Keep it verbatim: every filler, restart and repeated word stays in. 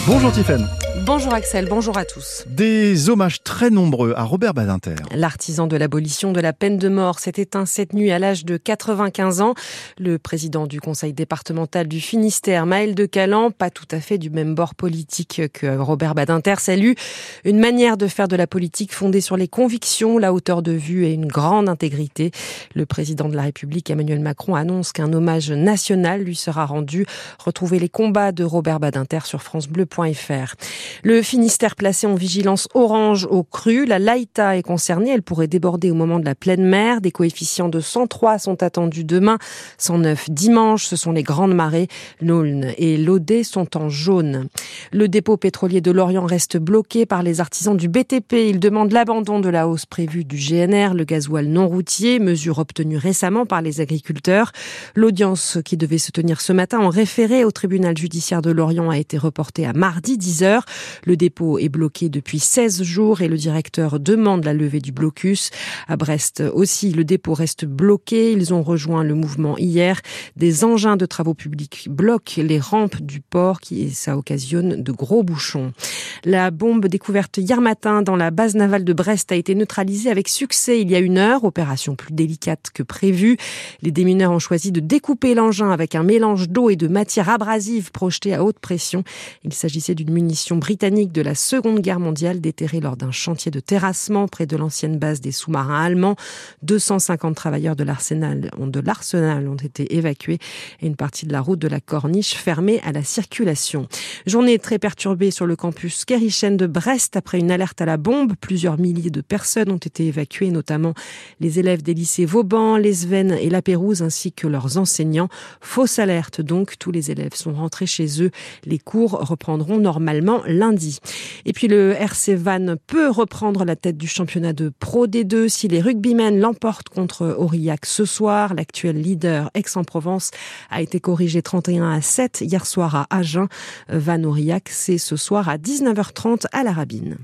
Bonjour Tiffaine. Bonjour Axel, bonjour à tous. Des hommages très nombreux à Robert Badinter. L'artisan de l'abolition de la peine de mort s'est éteint cette nuit à l'âge de quatre-vingt-quinze ans. Le président du conseil départemental du Finistère, Maël de Calan, pas tout à fait du même bord politique que Robert Badinter, salue une manière de faire de la politique fondée sur les convictions, la hauteur de vue et une grande intégrité. Le président de la République, Emmanuel Macron, annonce qu'un hommage national lui sera rendu. Retrouvez les combats de Robert Badinter sur francebleu point fr. Le Finistère placé en vigilance orange au cru. La Laïta est concernée. Elle pourrait déborder au moment de la pleine mer. Des coefficients de cent trois sont attendus demain, cent neuf dimanche. Ce sont les grandes marées. L'Aulne et l'Odé sont en jaune. Le dépôt pétrolier de Lorient reste bloqué par les artisans du B T P. Ils demandent l'abandon de la hausse prévue du G N R, le gasoil non routier, mesure obtenue récemment par les agriculteurs. L'audience qui devait se tenir ce matin en référé au tribunal judiciaire de Lorient a été reportée à mardi dix heures. Le dépôt est bloqué depuis seize jours et le directeur demande la levée du blocus. À Brest aussi, le dépôt reste bloqué. Ils ont rejoint le mouvement hier. Des engins de travaux publics bloquent les rampes du port et ça occasionne de gros bouchons. La bombe découverte hier matin dans la base navale de Brest a été neutralisée avec succès il y a une heure. Opération plus délicate que prévue. Les démineurs ont choisi de découper l'engin avec un mélange d'eau et de matière abrasive projetée à haute pression. Il s'agissait d'une munition britannique de la Seconde Guerre mondiale déterrée lors d'un chantier de terrassement près de l'ancienne base des sous-marins allemands. deux cent cinquante travailleurs de l'arsenal, de l'arsenal ont été évacués et une partie de la route de la Corniche fermée à la circulation. Journée très perturbée sur le campus Kérichen de Brest après une alerte à la bombe. Plusieurs milliers de personnes ont été évacuées, notamment les élèves des lycées Vauban, l'Esven et la Pérouse ainsi que leurs enseignants. Fausse alerte donc, tous les élèves sont rentrés chez eux. Les cours reprendront normalement lundi. Et puis le R C Vannes peut reprendre la tête du championnat de Pro D deux si les rugbymen l'emportent contre Aurillac ce soir. L'actuel leader Aix-en-Provence a été corrigé trente et un à sept hier soir à Agen. Vannes-Aurillac, c'est ce soir à dix-neuf heures trente à la Rabine.